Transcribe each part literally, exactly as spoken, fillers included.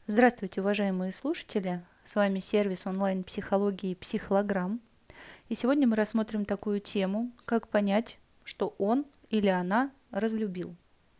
Здравствуйте, уважаемые слушатели! С вами сервис онлайн-психологии «Психолограмм». И сегодня мы рассмотрим такую тему, как понять, что он или она разлюбил.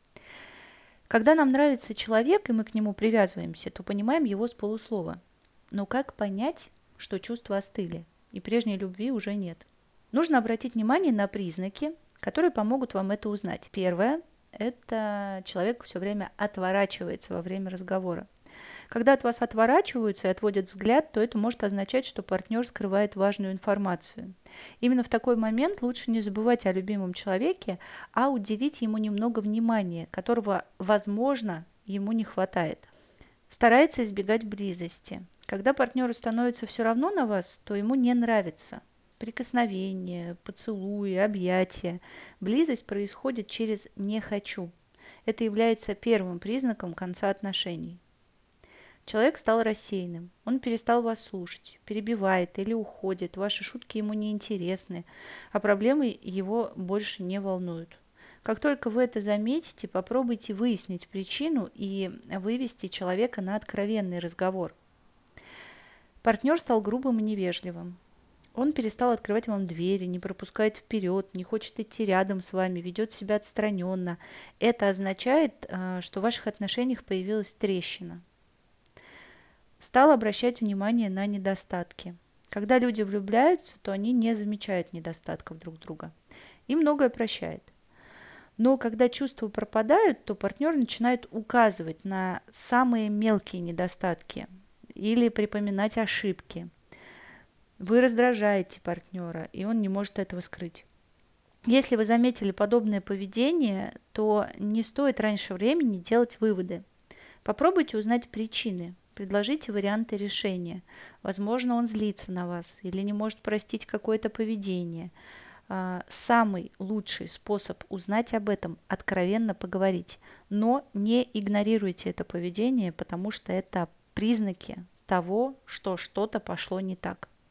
Когда нам нравится человек, и мы к нему привязываемся, то понимаем его с полуслова. Но как понять, что чувства остыли, и прежней любви уже нет? Нужно обратить внимание на признаки, которые помогут вам это узнать. Первое– это человек все время отворачивается во время разговора. Когда от вас отворачиваются и отводят взгляд, то это может означать, что партнер скрывает важную информацию. Именно в такой момент лучше не забывать о любимом человеке, а уделить ему немного внимания, которого, возможно, ему не хватает. Старается избегать близости. Когда партнеру становится все равно на вас, то ему не нравится. Прикосновения, поцелуи, объятия. Близость происходит через «не хочу». Это является первым признаком конца отношений. Человек стал рассеянным, он перестал вас слушать, перебивает или уходит, ваши шутки ему не интересны, а проблемы его больше не волнуют. Как только вы это заметите, попробуйте выяснить причину и вывести человека на откровенный разговор. Партнер стал грубым и невежливым. Он перестал открывать вам двери, не пропускает вперед, не хочет идти рядом с вами, ведет себя отстраненно. Это означает, что в ваших отношениях появилась трещина. Стал обращать внимание на недостатки. Когда люди влюбляются, то они не замечают недостатков друг друга. И многое прощает. Но когда чувства пропадают, то партнер начинает указывать на самые мелкие недостатки или припоминать ошибки. Вы раздражаете партнера, и он не может этого скрыть. Если вы заметили подобное поведение, то не стоит раньше времени делать выводы. Попробуйте узнать причины. Предложите варианты решения. Возможно, он злится на вас или не может простить какое-то поведение. Самый лучший способ узнать об этом– откровенно поговорить. Но не игнорируйте это поведение, потому что это признаки того, что что-то пошло не так.